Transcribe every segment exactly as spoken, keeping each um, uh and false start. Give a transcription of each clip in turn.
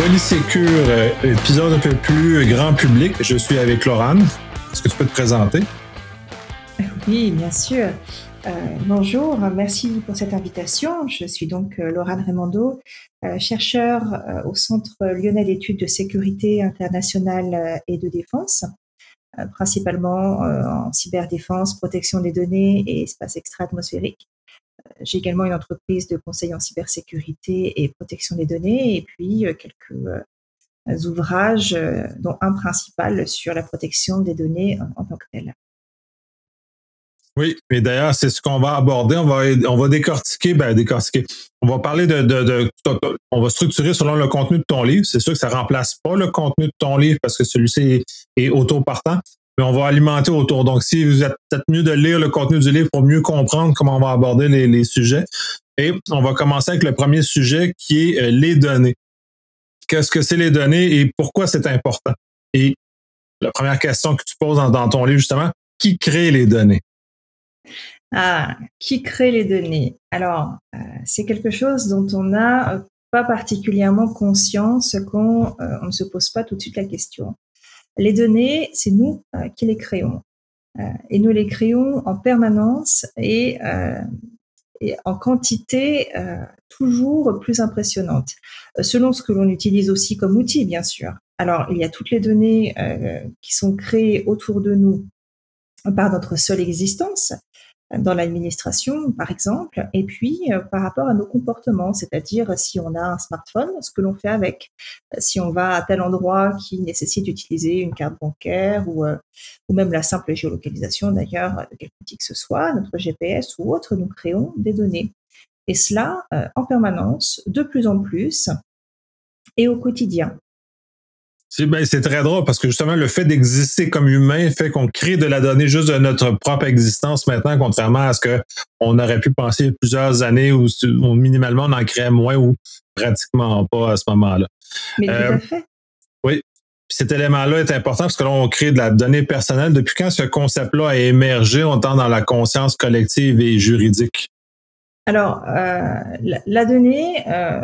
Polysécure, euh, épisode un peu plus grand public. Je suis avec Laurane. Est-ce que tu peux te présenter? Oui, bien sûr. Euh, bonjour, merci pour cette invitation. Je suis donc euh, Laurane Raimondo, euh, chercheure euh, au Centre lyonnais d'études de sécurité internationale euh, et de défense, euh, principalement euh, en cyberdéfense, protection des données et espace extra-atmosphérique. J'ai également une entreprise de conseil en cybersécurité et protection des données, et puis euh, quelques euh, ouvrages, euh, dont un principal sur la protection des données en, en tant que telle. Oui, et d'ailleurs, c'est ce qu'on va aborder. On va, on va décortiquer, ben décortiquer. On va parler de, de, de, de on va structurer selon le contenu de ton livre. C'est sûr que ça remplace pas le contenu de ton livre parce que celui-ci est, est auto-partant, mais on va alimenter autour. Donc, si vous êtes peut-être mieux de lire le contenu du livre pour mieux comprendre comment on va aborder les, les sujets. Et on va commencer avec le premier sujet qui est les données. Qu'est-ce que c'est les données et pourquoi c'est important? Et la première question que tu poses dans, dans ton livre, justement, qui crée les données? Ah, qui crée les données? Alors, euh, c'est quelque chose dont on n'a euh, pas particulièrement conscience quand euh, on ne se pose pas tout de suite la question. Les données, c'est nous euh, qui les créons. Euh, et nous les créons en permanence et, euh, et en quantité euh, toujours plus impressionnante, euh, selon ce que l'on utilise aussi comme outil, bien sûr. Alors, il y a toutes les données euh, qui sont créées autour de nous par notre seule existence, dans l'administration, par exemple, et puis euh, par rapport à nos comportements, c'est-à-dire si on a un smartphone, ce que l'on fait avec, si on va à tel endroit qui nécessite d'utiliser une carte bancaire ou, euh, ou même la simple géolocalisation d'ailleurs de quelque outil que ce soit, notre G P S ou autre, nous créons des données. Et cela euh, en permanence, de plus en plus et au quotidien. C'est, ben, c'est très drôle parce que justement, le fait d'exister comme humain fait qu'on crée de la donnée juste de notre propre existence maintenant, contrairement à ce qu'on aurait pu penser il y a plusieurs années où, où minimalement on en créait moins ou pratiquement pas à ce moment-là. Mais Euh, tout à fait. oui. Cet élément-là est important parce que là, on crée de la donnée personnelle. Depuis quand ce concept-là a émergé, on tend dans la conscience collective et juridique? Alors, euh, la, la donnée, euh,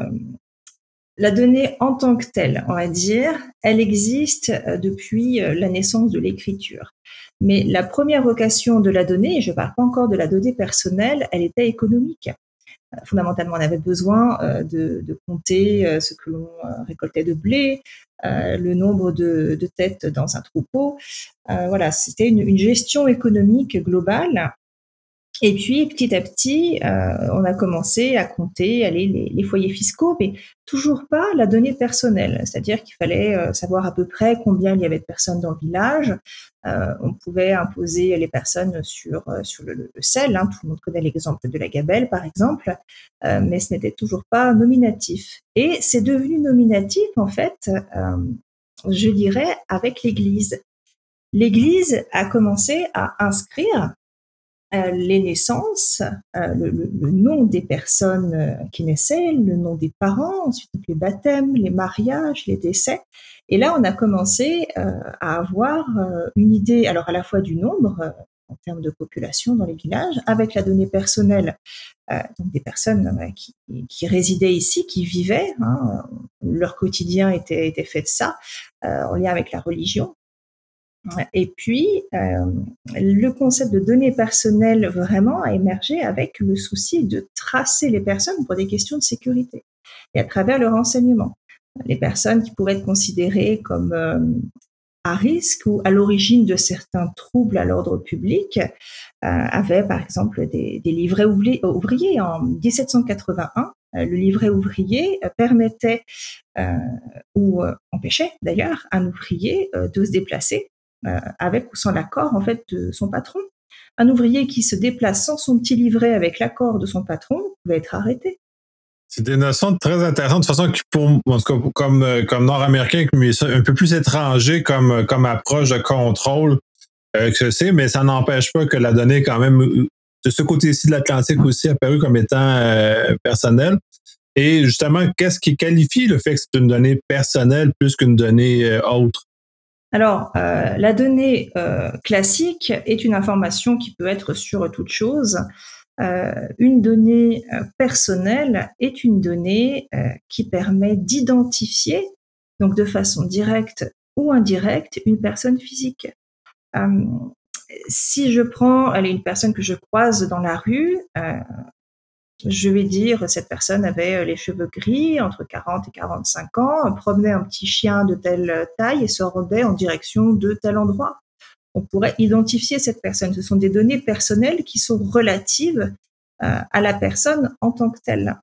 La donnée en tant que telle, on va dire, elle existe depuis la naissance de l'écriture. Mais la première vocation de la donnée, et je ne parle pas encore de la donnée personnelle, elle était économique. Fondamentalement, on avait besoin de, de compter ce que l'on récoltait de blé, le nombre de, de têtes dans un troupeau. Voilà, c'était une, une gestion économique globale. Et puis, petit à petit, euh, on a commencé à compter allez, les, les foyers fiscaux, mais toujours pas la donnée personnelle. C'est-à-dire qu'il fallait euh, savoir à peu près combien il y avait de personnes dans le village. Euh, on pouvait imposer les personnes sur, euh, sur le, le sel. Hein. Tout le monde connaît l'exemple de la gabelle, par exemple, euh, mais ce n'était toujours pas nominatif. Et c'est devenu nominatif, en fait, euh, je dirais, avec l'Église. L'Église a commencé à inscrire euh, les naissances, euh, le, le, le nom des personnes euh, qui naissaient, le nom des parents, ensuite les baptêmes, les mariages, les décès. Et là, on a commencé euh, à avoir euh, une idée, alors à la fois du nombre euh, en termes de population dans les villages, avec la donnée personnelle, euh, donc des personnes euh, qui, qui résidaient ici, qui vivaient, hein, leur quotidien était, était fait de ça, euh, en lien avec la religion. Et puis, euh, le concept de données personnelles vraiment a émergé avec le souci de tracer les personnes pour des questions de sécurité et à travers le renseignement. Les personnes qui pourraient être considérées comme euh, à risque ou à l'origine de certains troubles à l'ordre public euh, avaient par exemple des, des livrets ouvriers. En dix-sept cent quatre-vingt-un, euh, le livret ouvrier euh, permettait euh, ou euh, empêchait d'ailleurs un ouvrier euh, de se déplacer euh, avec ou sans l'accord en fait de son patron. Un ouvrier qui se déplace sans son petit livret avec l'accord de son patron pouvait être arrêté. C'est des notions très intéressantes, de façon qui pour en tout cas, comme, comme Nord-Américain, mais un peu plus étranger comme, comme approche de contrôle euh, que c'est, mais ça n'empêche pas que la donnée, quand même, de ce côté-ci de l'Atlantique aussi, apparu comme étant euh, personnelle. Et justement, qu'est-ce qui qualifie le fait que c'est une donnée personnelle plus qu'une donnée euh, autre? Alors, euh, la donnée euh, classique est une information qui peut être sur toute chose. Euh, une donnée euh, personnelle est une donnée euh, qui permet d'identifier donc de façon directe ou indirecte, une personne physique. Euh, si je prends allez, une personne que je croise dans la rue, euh, je vais dire cette personne avait les cheveux gris, entre quarante et quarante-cinq ans, promenait un petit chien de telle taille et se rendait en direction de tel endroit. On pourrait identifier cette personne. Ce sont des données personnelles qui sont relatives euh, à la personne en tant que telle.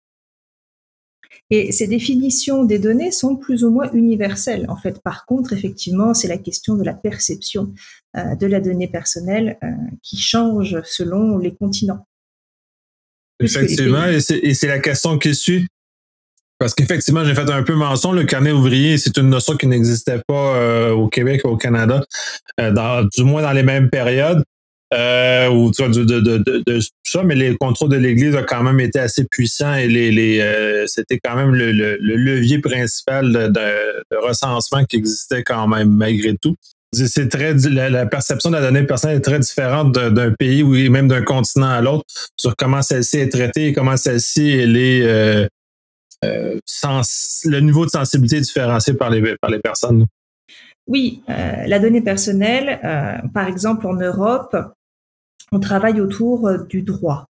Et ces définitions des données sont plus ou moins universelles. En fait, par contre, effectivement, c'est la question de la perception euh, de la donnée personnelle euh, qui change selon les continents. Effectivement, et c'est, et c'est la question qui suit. Parce qu'effectivement, j'ai fait un peu mention, le carnet ouvrier, c'est une notion qui n'existait pas euh, au Québec ou au Canada, euh, dans, du moins dans les mêmes périodes. Euh, ou tu vois, de, de, de, de, de ça, mais les contrôles de l'Église ont quand même été assez puissants et les, les euh, c'était quand même le, le, le levier principal de, de, de recensement qui existait quand même malgré tout. C'est très la, la perception de la donnée personnelle est très différente de, d'un pays ou même d'un continent à l'autre sur comment celle-ci est traitée et comment celle-ci elle est euh, euh, sens, le niveau de sensibilité est différencié par les par les personnes. Oui, euh, la donnée personnelle, euh, par exemple en Europe, on travaille autour du droit.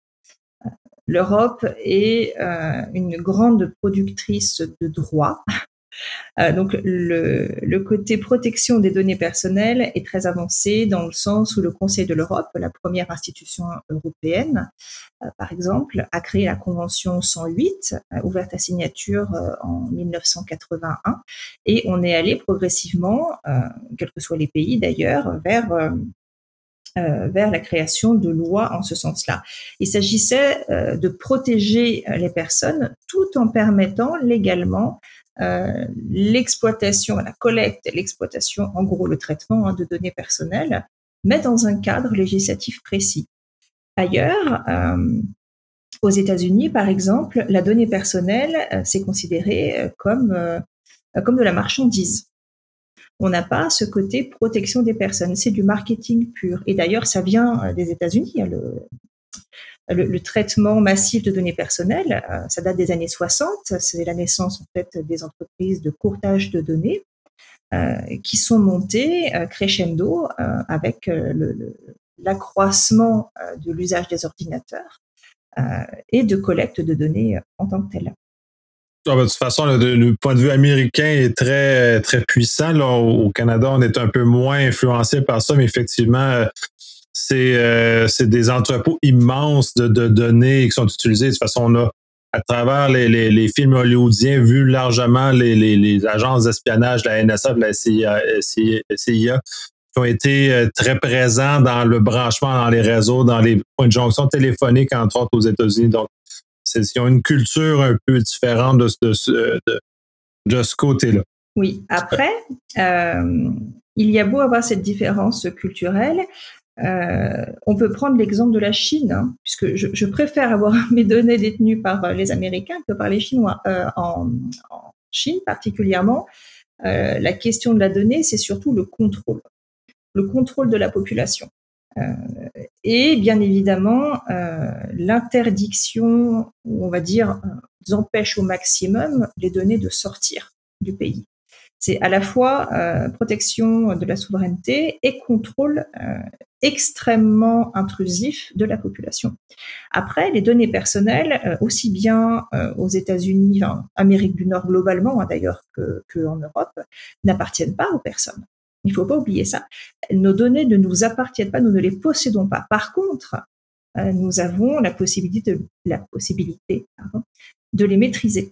L'Europe est euh, une grande productrice de droit. Euh, donc le, le côté protection des données personnelles est très avancé dans le sens où le Conseil de l'Europe, la première institution européenne, euh, par exemple, a créé la Convention cent huit, euh, ouverte à signature euh, en dix-neuf cent quatre-vingt-un, et on est allé progressivement, euh, quels que soient les pays d'ailleurs, vers euh, Euh, vers la création de lois en ce sens-là. Il s'agissait euh, de protéger les personnes tout en permettant légalement euh, l'exploitation, la collecte, l'exploitation, en gros le traitement hein, de données personnelles, mais dans un cadre législatif précis. Ailleurs, euh, aux États-Unis, par exemple, la donnée personnelle, euh, c'est considéré euh, comme, euh, comme de la marchandise. On n'a pas ce côté protection des personnes, c'est du marketing pur. Et d'ailleurs, ça vient des États-Unis, le, le, le traitement massif de données personnelles, ça date des années soixante, c'est la naissance en fait des entreprises de courtage de données euh, qui sont montées euh, crescendo euh, avec le, le, l'accroissement euh, de l'usage des ordinateurs euh, et de collecte de données en tant que telle. Ah ben, de toute façon, le, le point de vue américain est très, très puissant. Là. Au Canada, on est un peu moins influencé par ça, mais effectivement, c'est, euh, c'est des entrepôts immenses de, de données qui sont utilisées. De toute façon, on a, à travers les, les, les films hollywoodiens, vu largement les, les, les agences d'espionnage, la N S A, la C I A, C I A, qui ont été très présents dans le branchement, dans les réseaux, dans les points de jonction téléphoniques, entre autres aux États-Unis. Donc, c'est, ils ont une culture un peu différente de, de, de, de ce côté-là. Oui, après, euh, il y a beau avoir cette différence culturelle, euh, on peut prendre l'exemple de la Chine, hein, puisque je, je préfère avoir mes données détenues par les Américains que par les Chinois. Euh, en, en Chine particulièrement, euh, la question de la donnée, c'est surtout le contrôle, le contrôle de la population. Euh, et bien évidemment, euh, l'interdiction, on va dire, euh, empêche au maximum les données de sortir du pays. C'est à la fois euh, protection de la souveraineté et contrôle euh, extrêmement intrusif de la population. Après, les données personnelles, euh, aussi bien euh, aux États-Unis, enfin, Amérique du Nord globalement, hein, d'ailleurs, que, que en Europe, n'appartiennent pas aux personnes. Il ne faut pas oublier ça. Nos données ne nous appartiennent pas, nous ne les possédons pas. Par contre, euh, nous avons la possibilité, de, la possibilité pardon, de les maîtriser.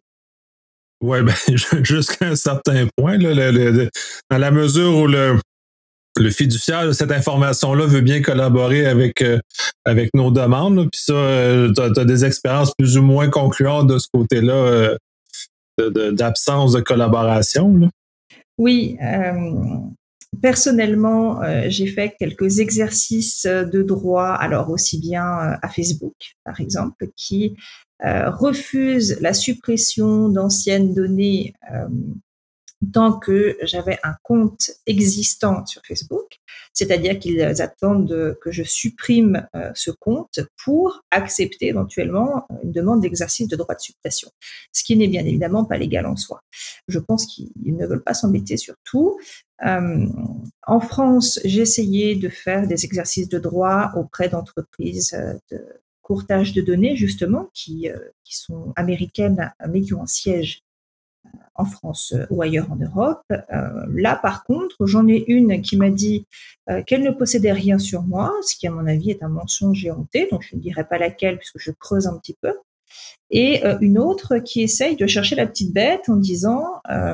Oui, ben, jusqu'à un certain point, là, le, le, dans la mesure où le, le fiduciaire de cette information-là veut bien collaborer avec, euh, avec nos demandes, là, puis ça, euh, tu as des expériences plus ou moins concluantes de ce côté-là, euh, de, de, d'absence de collaboration. Là. Oui, euh, personnellement, euh, j'ai fait quelques exercices de droit, alors aussi bien à Facebook, par exemple, qui euh, refuse la suppression d'anciennes données euh, tant que j'avais un compte existant sur Facebook, c'est-à-dire qu'ils attendent que je supprime euh, ce compte pour accepter éventuellement une demande d'exercice de droit de succession, ce qui n'est bien évidemment pas légal en soi. Je pense qu'ils ne veulent pas s'embêter sur tout. Euh, en France, j'ai essayé de faire des exercices de droit auprès d'entreprises euh, de courtage de données, justement, qui, euh, qui sont américaines, mais qui ont un siège en France ou ailleurs en Europe. Euh, là, par contre, j'en ai une qui m'a dit euh, qu'elle ne possédait rien sur moi, ce qui, à mon avis, est un mensonge éhonté, donc je ne dirai pas laquelle puisque je creuse un petit peu. Et euh, une autre qui essaye de chercher la petite bête en disant euh,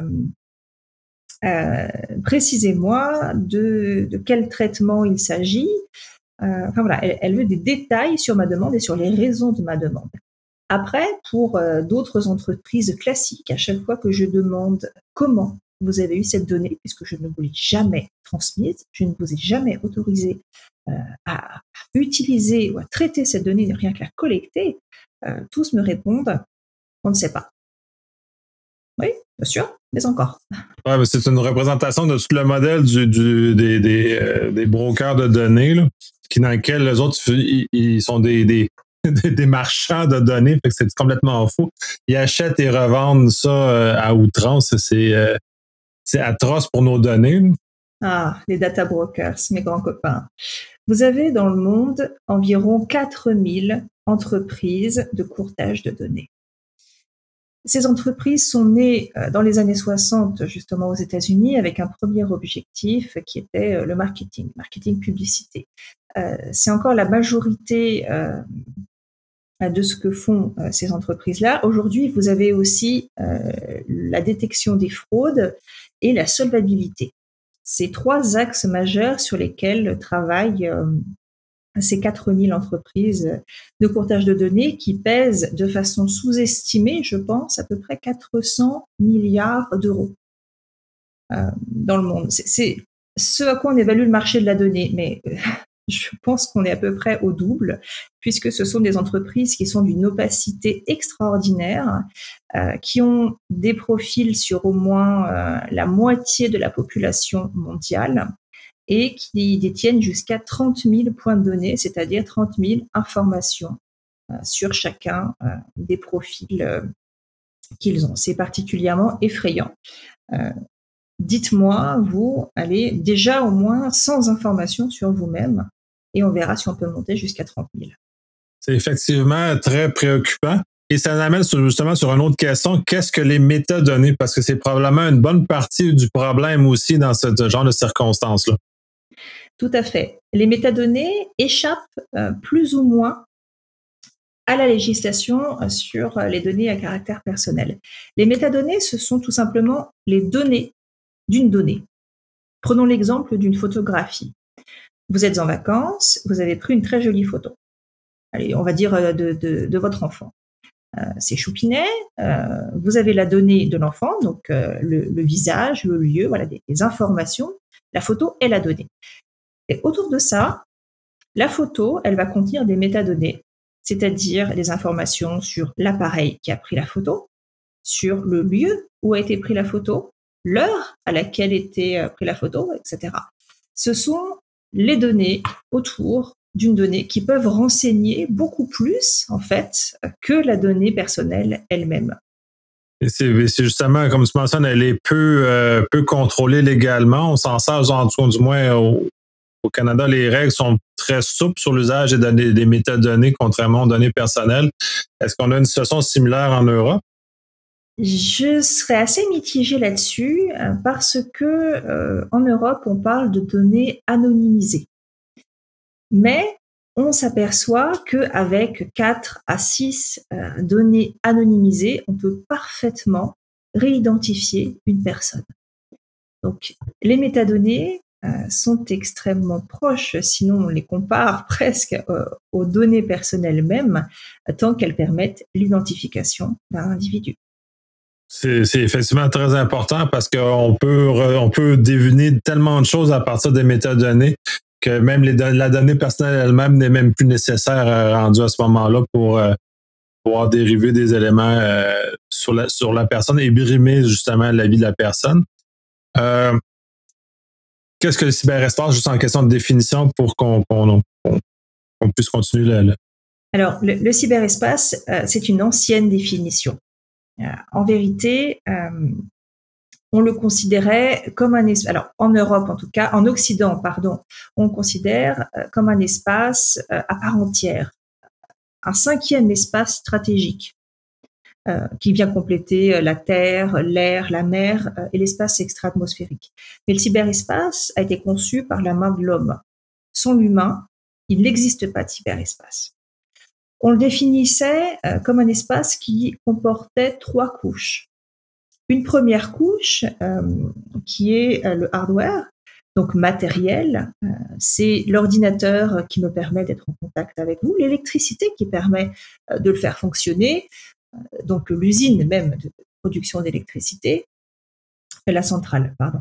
euh, précisez-moi de, de quel traitement il s'agit. Euh, enfin voilà, elle, elle veut des détails sur ma demande et sur les raisons de ma demande. Après, pour euh, d'autres entreprises classiques, à chaque fois que je demande comment vous avez eu cette donnée, puisque je ne vous l'ai jamais transmise, je ne vous ai jamais autorisé euh, à, à utiliser ou à traiter cette donnée, rien que la collecter, euh, tous me répondent on ne sait pas. Oui, bien sûr, mais encore. Ouais, mais c'est une représentation de tout le modèle du, du, des, des, euh, des brokers de données, là, qui dans lequel les autres, ils, ils sont des, des, des marchands de données, fait que c'est complètement faux. Ils achètent et revendent ça euh, à outrance. C'est, euh, c'est atroce pour nos données. Là. Ah, les data brokers, mes grands copains. Vous avez dans le monde environ quatre mille entreprises de courtage de données. Ces entreprises sont nées dans les années soixante, justement aux États-Unis, avec un premier objectif qui était le marketing, marketing publicité. Euh, c'est encore la majorité euh, de ce que font euh, ces entreprises-là. Aujourd'hui, vous avez aussi euh, la détection des fraudes et la solvabilité. Ces trois axes majeurs sur lesquels travaillent euh, ces quatre mille entreprises de courtage de données qui pèsent de façon sous-estimée, je pense, à peu près quatre cents milliards d'euros euh, dans le monde. C'est, c'est ce à quoi on évalue le marché de la donnée, mais euh, je pense qu'on est à peu près au double, puisque ce sont des entreprises qui sont d'une opacité extraordinaire, euh, qui ont des profils sur au moins euh, la moitié de la population mondiale, et qui détiennent jusqu'à trente mille points de données, c'est-à-dire trente mille informations euh, sur chacun euh, des profils euh, qu'ils ont. C'est particulièrement effrayant. Euh, dites-moi, vous, allez déjà au moins cent informations sur vous-même et on verra si on peut monter jusqu'à trente mille. C'est effectivement très préoccupant. Et ça nous amène sur, justement sur une autre question. Qu'est-ce que les métadonnées? Parce que c'est probablement une bonne partie du problème aussi dans ce genre de circonstances-là. Tout à fait. Les métadonnées échappent euh, plus ou moins à la législation euh, sur les données à caractère personnel. Les métadonnées, ce sont tout simplement les données d'une donnée. Prenons l'exemple d'une photographie. Vous êtes en vacances, vous avez pris une très jolie photo. Allez, on va dire euh, de, de, de votre enfant. Euh, c'est choupinet, euh, vous avez la donnée de l'enfant, donc euh, le, le visage, le lieu, voilà, des, des informations. La photo est la donnée. Et autour de ça, la photo, elle va contenir des métadonnées, c'est-à-dire des informations sur l'appareil qui a pris la photo, sur le lieu où a été prise la photo, l'heure à laquelle était prise la photo, et cetera. Ce sont les données autour d'une donnée qui peuvent renseigner beaucoup plus, en fait, que la donnée personnelle elle-même. Et c'est, c'est justement, comme tu mentionnes, elle est peu, euh, peu contrôlée légalement. On s'en sert, en tout cas, du moins au, au Canada, les règles sont très souples sur l'usage des, données, des métadonnées, contrairement aux données personnelles. Est-ce qu'on a une situation similaire en Europe? Je serais assez mitigée là-dessus euh, parce que euh, en Europe, on parle de données anonymisées. Mais on s'aperçoit qu'avec quatre à six euh, données anonymisées, on peut parfaitement réidentifier une personne. Donc, les métadonnées euh, sont extrêmement proches, sinon on les compare presque euh, aux données personnelles mêmes, tant qu'elles permettent l'identification d'un individu. C'est, c'est effectivement très important parce qu'on peut, on peut deviner tellement de choses à partir des métadonnées que même les, la donnée personnelle elle-même n'est même plus nécessaire euh, rendue à ce moment-là pour euh, pouvoir dériver des éléments euh, sur la, sur la personne et brimer justement la vie de la personne. Euh, qu'est-ce que le cyberespace, juste en question de définition pour qu'on, qu'on, qu'on, qu'on puisse continuer là, là. Alors, le, le cyberespace, euh, c'est une ancienne définition. Euh, en vérité, euh, on le considérait comme un espace, alors en Europe en tout cas, en Occident, pardon, on le considère euh, comme un espace euh, à part entière, un cinquième espace stratégique euh, qui vient compléter euh, la terre, l'air, la mer euh, et l'espace extra-atmosphérique. Mais le cyberespace a été conçu par la main de l'homme. Sans l'humain, il n'existe pas de cyberespace. On le définissait euh, comme un espace qui comportait trois couches. Une première couche euh, qui est euh, le hardware, donc matériel, euh, c'est l'ordinateur qui me permet d'être en contact avec vous, l'électricité qui permet euh, de le faire fonctionner, euh, donc l'usine même de production d'électricité, la centrale, pardon.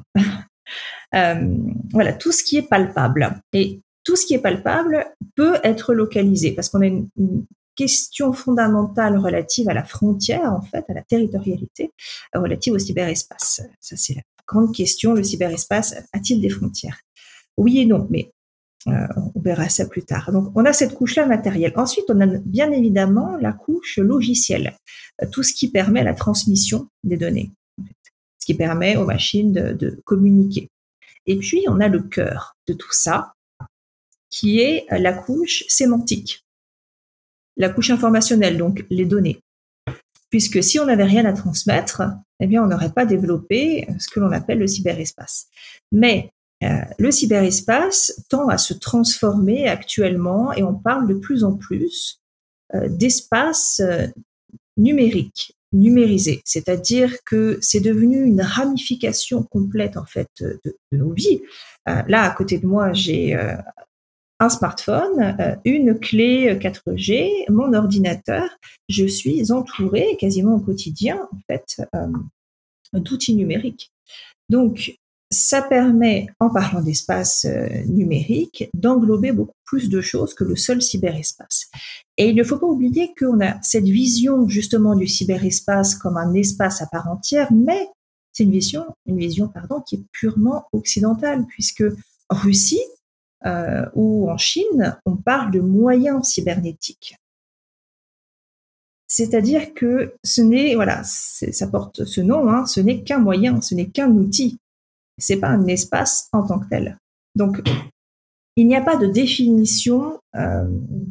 euh, voilà, tout ce qui est palpable. Et tout ce qui est palpable peut être localisé parce qu'on a une, une question fondamentale relative à la frontière, en fait, à la territorialité, relative au cyberespace. Ça, c'est la grande question. Le cyberespace a-t-il des frontières? Oui et non, mais euh, on verra ça plus tard. Donc, on a cette couche-là matérielle. Ensuite, on a bien évidemment la couche logicielle, tout ce qui permet la transmission des données, en fait, ce qui permet aux machines de, de communiquer. Et puis, on a le cœur de tout ça, qui est la couche sémantique, la couche informationnelle, donc les données. Puisque si on n'avait rien à transmettre, eh bien, on n'aurait pas développé ce que l'on appelle le cyberespace. Mais euh, le cyberespace tend à se transformer actuellement et on parle de plus en plus euh, d'espace euh, numérique, numérisé. C'est-à-dire que c'est devenu une ramification complète en fait de, de nos vies. Euh, là, à côté de moi, j'ai euh, un smartphone, euh, une clé quatre G, mon ordinateur. Je suis entourée quasiment au quotidien en fait euh, d'outils numériques. Donc, ça permet, en parlant d'espace euh, numérique, d'englober beaucoup plus de choses que le seul cyberespace. Et il ne faut pas oublier qu'on a cette vision justement du cyberespace comme un espace à part entière, mais c'est une vision, une vision pardon, qui est purement occidentale, puisque en Russie euh, ou en Chine, on parle de moyens cybernétiques. C'est-à-dire que ce n'est, voilà, ça porte ce nom, hein, ce n'est qu'un moyen, ce n'est qu'un outil. C'est pas un espace en tant que tel. Donc, il n'y a pas de définition euh,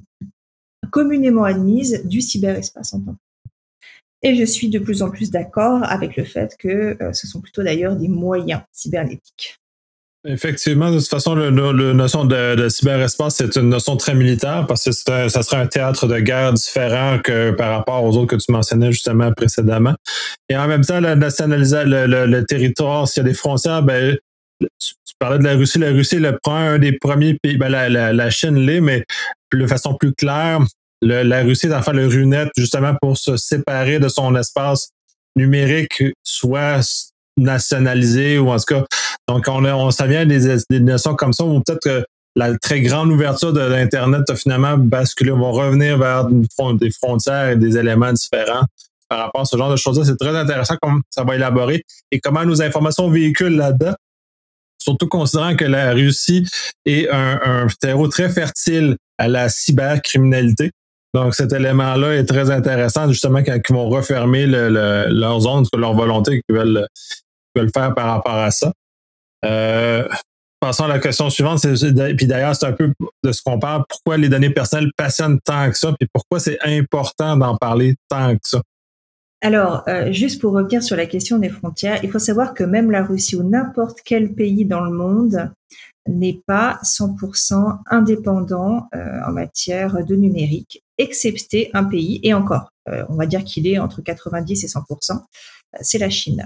communément admise du cyberespace en tant que tel. Et je suis de plus en plus d'accord avec le fait que euh, ce sont plutôt d'ailleurs des moyens cybernétiques. Effectivement, de toute façon, la notion de, de cyberespace, c'est une notion très militaire parce que c'est un, ça serait un théâtre de guerre différent que par rapport aux autres que tu mentionnais justement précédemment. Et en même temps, la nationaliser le, le, le territoire, s'il y a des frontières, ben, tu, tu parlais de la Russie. La Russie est le, un des premiers pays, ben, la, la, la Chine l'est, mais de façon plus claire, le, la Russie est en fait le RUNET justement pour se séparer de son espace numérique, soit nationalisé ou en tout cas, donc on, a, on ça vient des, des notions comme ça ou peut-être que la très grande ouverture de l'Internet a finalement basculé, on va revenir vers des frontières et des éléments différents par rapport à ce genre de choses-là. C'est très intéressant comment ça va élaborer et comment nos informations véhiculent là-dedans, surtout considérant que la Russie est un, un terreau très fertile à la cybercriminalité. Donc, cet élément-là est très intéressant, justement, quand ils vont refermer le, le, leurs zones, leur volonté qu'ils veulent, qu'ils veulent faire par rapport à ça. Euh, passons à la question suivante. C'est, puis d'ailleurs, c'est un peu de ce qu'on parle. Pourquoi les données personnelles passionnent tant que ça? Puis pourquoi c'est important d'en parler tant que ça? Alors, euh, juste pour revenir sur la question des frontières, il faut savoir que même la Russie ou n'importe quel pays dans le monde n'est pas cent pour cent indépendant euh, en matière de numérique, excepté un pays, et encore, euh, on va dire qu'il est entre quatre-vingt-dix et cent pour cent, c'est la Chine.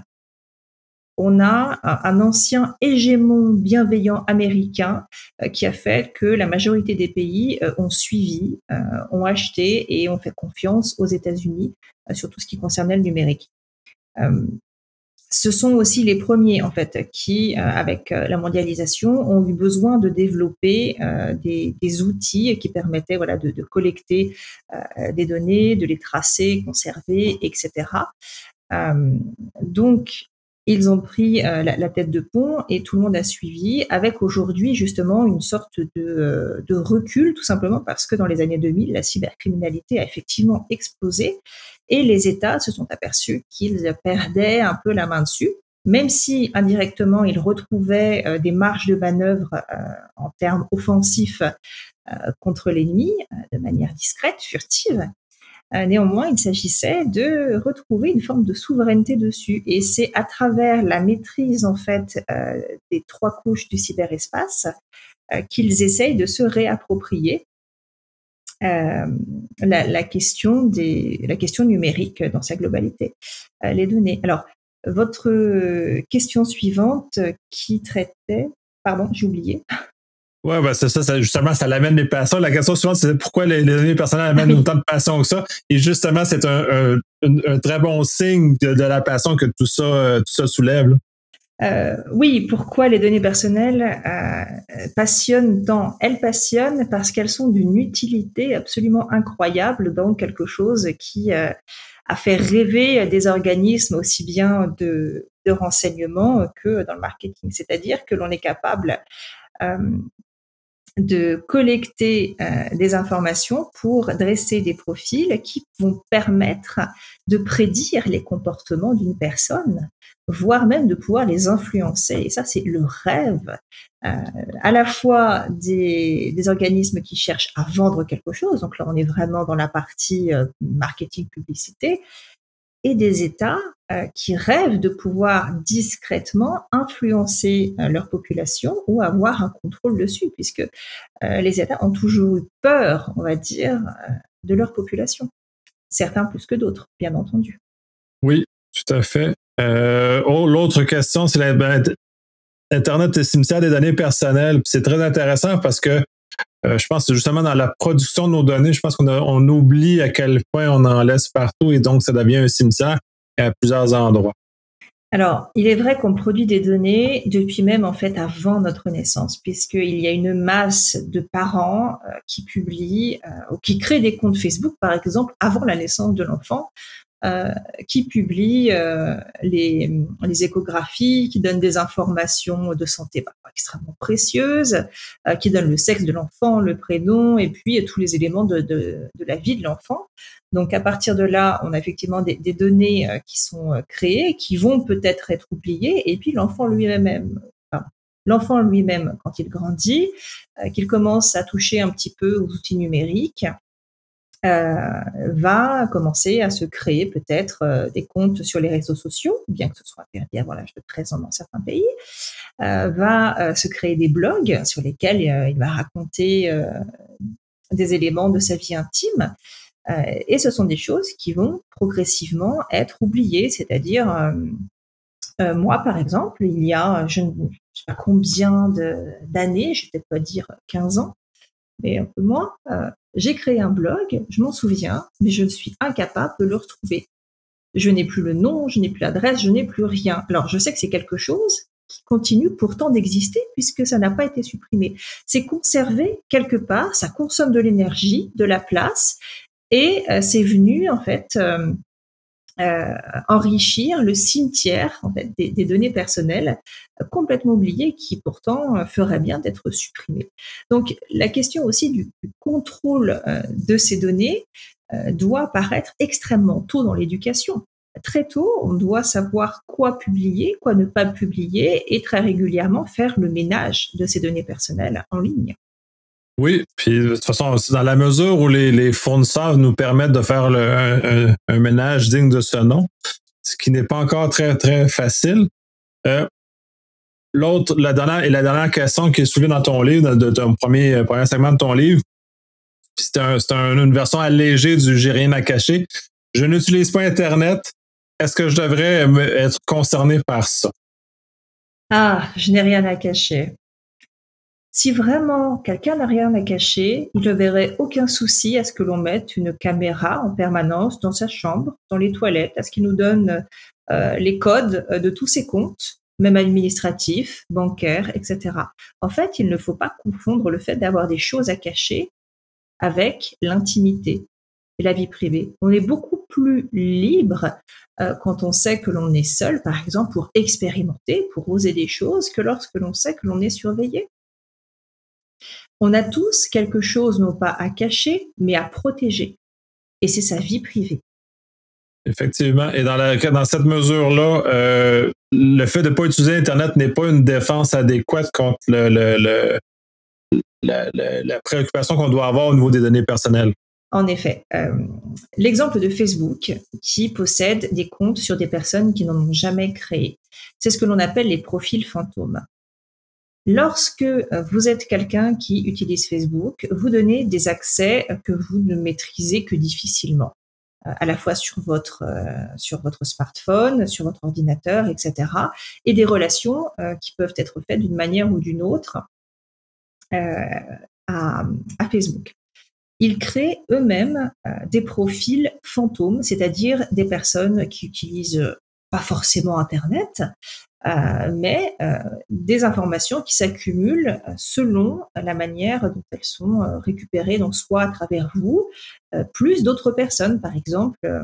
On a un ancien hégémon bienveillant américain euh, qui a fait que la majorité des pays euh, ont suivi, euh, ont acheté et ont fait confiance aux États-Unis euh, sur tout ce qui concernait le numérique. Euh, ce sont aussi les premiers, en fait, qui, euh, avec euh, la mondialisation, ont eu besoin de développer euh, des, des outils qui permettaient voilà, de, de collecter euh, des données, de les tracer, conserver, et cetera. Euh, donc, ils ont pris euh, la, la tête de pont et tout le monde a suivi, avec aujourd'hui justement une sorte de, euh, de recul, tout simplement parce que dans les années deux mille, la cybercriminalité a effectivement explosé et les États se sont aperçus qu'ils perdaient un peu la main dessus, même si indirectement ils retrouvaient euh, des marges de manœuvre euh, en termes offensifs euh, contre l'ennemi, euh, de manière discrète, furtive. Euh, néanmoins, il s'agissait de retrouver une forme de souveraineté dessus. Et c'est à travers la maîtrise en fait euh, des trois couches du cyberespace euh, qu'ils essayent de se réapproprier euh, la, la, question des, la question numérique dans sa globalité, euh, les données. Alors, votre question suivante qui traitait, pardon, j'ai oublié. Ouais, ben c'est ça, ça, justement, ça l'amène les passions. La question suivante, c'est pourquoi les, les données personnelles amènent ah oui. autant de passion que ça. Et justement, c'est un, un, un, un très bon signe de, de la passion que tout ça, tout ça soulève. Là. Euh, oui, pourquoi les données personnelles euh, passionnent tant? Elles passionnent parce qu'elles sont d'une utilité absolument incroyable dans quelque chose qui euh, a fait rêver des organismes aussi bien de, de renseignement que dans le marketing. C'est-à-dire que l'on est capable euh, de collecter euh, des informations pour dresser des profils qui vont permettre de prédire les comportements d'une personne, voire même de pouvoir les influencer. Et ça, c'est le rêve euh, à la fois des, des organismes qui cherchent à vendre quelque chose, donc là on est vraiment dans la partie euh, marketing publicité, et des États euh, qui rêvent de pouvoir discrètement influencer euh, leur population ou avoir un contrôle dessus, puisque euh, les États ont toujours eu peur, on va dire, euh, de leur population. Certains plus que d'autres, bien entendu. Oui, tout à fait. Euh, oh, l'autre question, c'est la, ben, Internet est cimetière des données personnelles. Puis c'est très intéressant parce que euh, je pense que justement dans la production de nos données, je pense qu'on a, on oublie à quel point on en laisse partout et donc ça devient un cimetière à plusieurs endroits. Alors, il est vrai qu'on produit des données depuis même en fait avant notre naissance, puisqu'il y a une masse de parents euh, qui publient euh, ou qui créent des comptes Facebook, par exemple, avant la naissance de l'enfant, euh, qui publient euh, les, les échographies, qui donnent des informations de santé bah, extrêmement précieuses, euh, qui donnent le sexe de l'enfant, le prénom, et puis tous les éléments de, de, de la vie de l'enfant. Donc, à partir de là, on a effectivement des, des données euh, qui sont euh, créées, qui vont peut-être être oubliées, et puis l'enfant lui-même, enfin, l'enfant lui-même, quand il grandit, euh, qu'il commence à toucher un petit peu aux outils numériques, euh, va commencer à se créer peut-être euh, des comptes sur les réseaux sociaux, bien que ce soit interdit avant l'âge de treize ans dans certains pays, euh, va euh, se créer des blogs sur lesquels euh, il va raconter euh, des éléments de sa vie intime. Euh, et ce sont des choses qui vont progressivement être oubliées, c'est-à-dire, euh, euh, moi, par exemple, il y a, je ne sais pas combien de, d'années, je ne vais peut-être pas dire quinze ans, mais un peu moins, euh, j'ai créé un blog, je m'en souviens, mais je suis incapable de le retrouver. Je n'ai plus le nom, je n'ai plus l'adresse, je n'ai plus rien. Alors, je sais que c'est quelque chose qui continue pourtant d'exister puisque ça n'a pas été supprimé. C'est conservé quelque part, ça consomme de l'énergie, de la place, et euh, c'est venu en fait euh, euh, enrichir le cimetière en fait, des, des données personnelles euh, complètement oubliées qui pourtant euh, feraient bien d'être supprimées. Donc la question aussi du, du contrôle euh, de ces données euh, doit apparaître extrêmement tôt dans l'éducation. Très tôt, on doit savoir quoi publier, quoi ne pas publier et très régulièrement faire le ménage de ces données personnelles en ligne. Oui, puis de toute façon, dans la mesure où les, les fournisseurs nous permettent de faire le, un, un, un ménage digne de ce nom, ce qui n'est pas encore très, très facile. Euh, l'autre, la dernière, et la dernière question qui est soulevée dans ton livre, de, de ton premier, premier segment de ton livre, c'est, un, c'est un, une version allégée du J'ai rien à cacher. Je n'utilise pas Internet. Est-ce que je devrais être concerné par ça? Ah, je n'ai rien à cacher. Si vraiment quelqu'un n'a rien à cacher, il ne verrait aucun souci à ce que l'on mette une caméra en permanence dans sa chambre, dans les toilettes, à ce qu'il nous donne euh, les codes de tous ses comptes, même administratifs, bancaires, et cetera. En fait, il ne faut pas confondre le fait d'avoir des choses à cacher avec l'intimité. et la vie privée. On est beaucoup plus libre euh, quand on sait que l'on est seul, par exemple, pour expérimenter, pour oser des choses, que lorsque l'on sait que l'on est surveillé. On a tous quelque chose, non pas à cacher, mais à protéger. Et c'est sa vie privée. Effectivement. Et dans, la, dans cette mesure-là, euh, le fait de ne pas utiliser Internet n'est pas une défense adéquate contre le, le, le, la, la, la préoccupation qu'on doit avoir au niveau des données personnelles. En effet, euh, l'exemple de Facebook qui possède des comptes sur des personnes qui n'en ont jamais créé, c'est ce que l'on appelle les profils fantômes. Lorsque vous êtes quelqu'un qui utilise Facebook, vous donnez des accès que vous ne maîtrisez que difficilement, à la fois sur votre, euh, sur votre smartphone, sur votre ordinateur, et cetera, et des relations euh, qui peuvent être faites d'une manière ou d'une autre euh, à, à Facebook. Ils créent eux-mêmes euh, des profils fantômes, c'est-à-dire des personnes qui utilisent pas forcément Internet, euh, mais euh, des informations qui s'accumulent selon la manière dont elles sont euh, récupérées, donc soit à travers vous, euh, plus d'autres personnes, par exemple euh,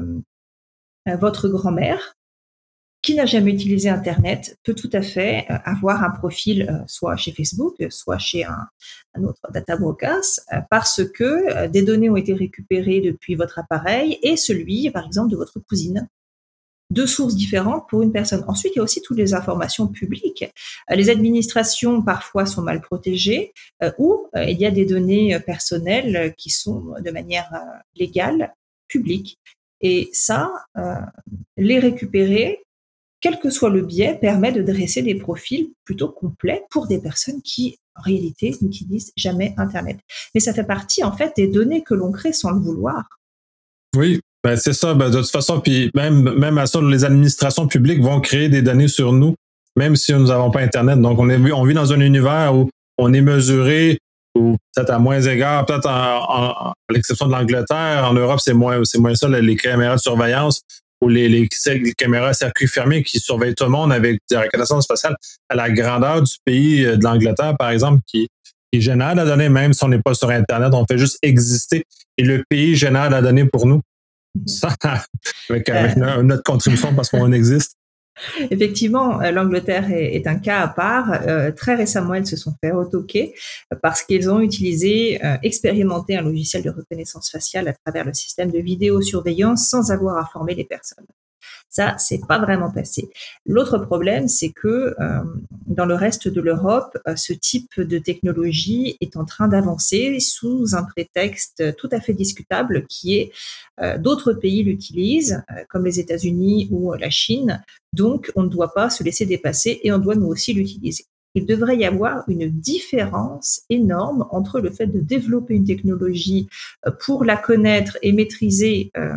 votre grand-mère qui n'a jamais utilisé Internet peut tout à fait euh, avoir un profil euh, soit chez Facebook, soit chez un, un autre data brokers, euh, parce que euh, des données ont été récupérées depuis votre appareil et celui, par exemple, de votre cousine. Deux sources différentes pour une personne. Ensuite, il y a aussi toutes les informations publiques. Euh, les administrations, parfois, sont mal protégées euh, ou euh, il y a des données personnelles qui sont, de manière euh, légale, publiques. Et ça, euh, les récupérer, quel que soit le biais, permet de dresser des profils plutôt complets pour des personnes qui, en réalité, n'utilisent jamais Internet. Mais ça fait partie, en fait, des données que l'on crée sans le vouloir. Oui, ben c'est ça. Ben de toute façon, puis même, même à ça, les administrations publiques vont créer des données sur nous, même si nous n'avons pas Internet. Donc, on, est, on vit dans un univers où on est mesuré, ou peut-être à moins égard, peut-être en, en, à l'exception de l'Angleterre. En Europe, c'est moins, c'est moins ça, les caméras de surveillance ou les, les, les caméras à circuit fermé qui surveillent tout le monde avec des reconnaissances faciales à la grandeur du pays de l'Angleterre, par exemple, qui, qui génère la donnée, même si on n'est pas sur Internet, on fait juste exister. Et le pays génère la donnée pour nous, ça, avec, avec euh, notre contribution parce qu'on existe. Effectivement, l'Angleterre est, est un cas à part. Euh, très récemment, elles se sont fait retoquer parce qu'ils ont utilisé, euh, expérimenté un logiciel de reconnaissance faciale à travers le système de vidéosurveillance sans avoir informé les personnes. Ça, c'est pas vraiment passé. L'autre problème, c'est que euh, dans le reste de l'Europe, euh, ce type de technologie est en train d'avancer sous un prétexte tout à fait discutable qui est euh, d'autres pays l'utilisent, euh, comme les États-Unis ou la Chine, donc on ne doit pas se laisser dépasser et on doit nous aussi l'utiliser. Il devrait y avoir une différence énorme entre le fait de développer une technologie pour la connaître et maîtriser euh,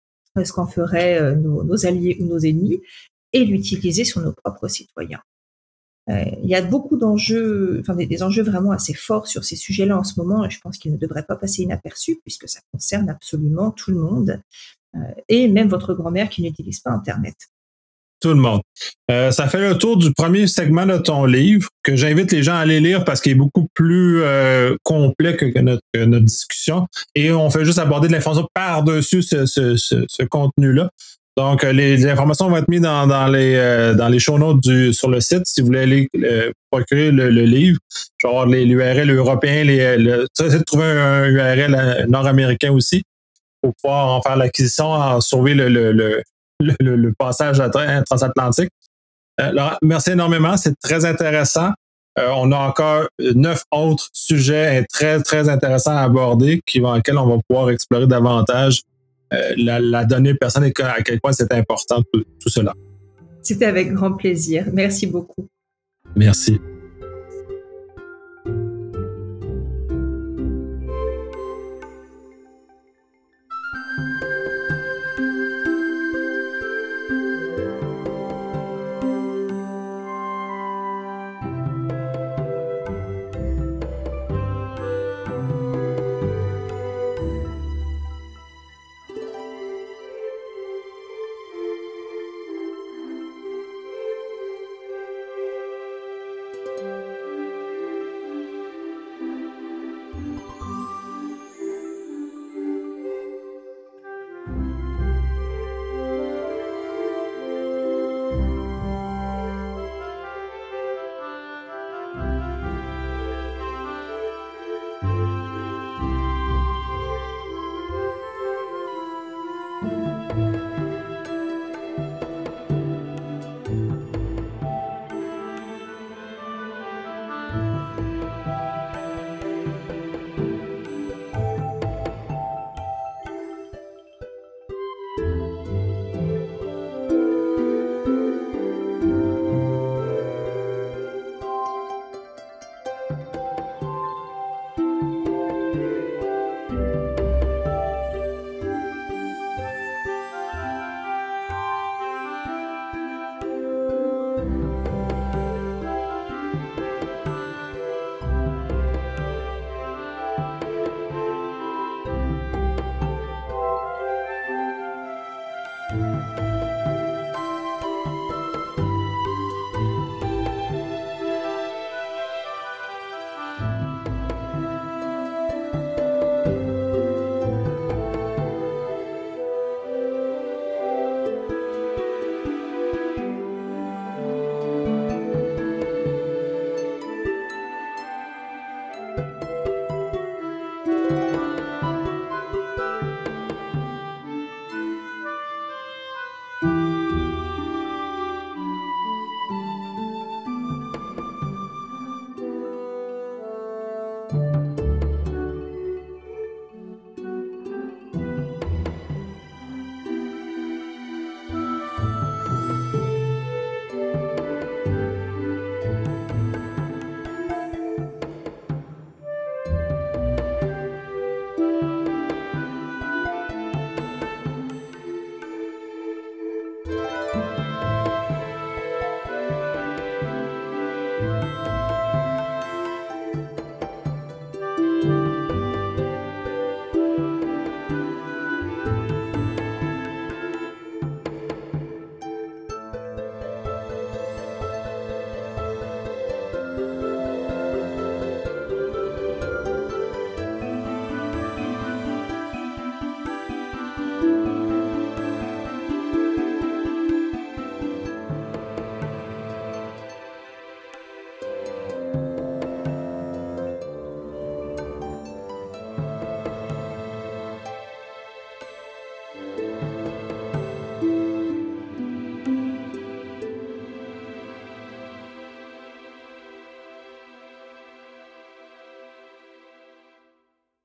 ce qu'en feraient euh, nos, nos alliés ou nos ennemis, et l'utiliser sur nos propres citoyens. Euh, il y a beaucoup d'enjeux, enfin des, des enjeux vraiment assez forts sur ces sujets-là en ce moment, et je pense qu'ils ne devraient pas passer inaperçus puisque ça concerne absolument tout le monde, euh, et même votre grand-mère qui n'utilise pas Internet. Tout le monde. Euh, ça fait le tour du premier segment de ton livre que j'invite les gens à aller lire parce qu'il est beaucoup plus euh, complet que, que, notre, que notre discussion. Et on fait juste aborder de l'information par-dessus ce, ce, ce, ce contenu-là. Donc, les, les informations vont être mises dans, dans, les, euh, dans les show notes du, sur le site si vous voulez aller euh, procurer le, le livre. Je vais avoir les, l'U R L européen, les, le, essayer de trouver un U R L nord-américain aussi pour pouvoir en faire l'acquisition, en sauver le, le, le Le, le, le passage à train transatlantique. Euh, Laurent, merci énormément, c'est très intéressant. Euh, on a encore neuf autres sujets très, très intéressants à aborder qui vont, lesquels on va pouvoir explorer davantage euh, la, la donnée personnelle et à quel point c'est important tout, tout cela. C'était avec grand plaisir. Merci beaucoup. Merci.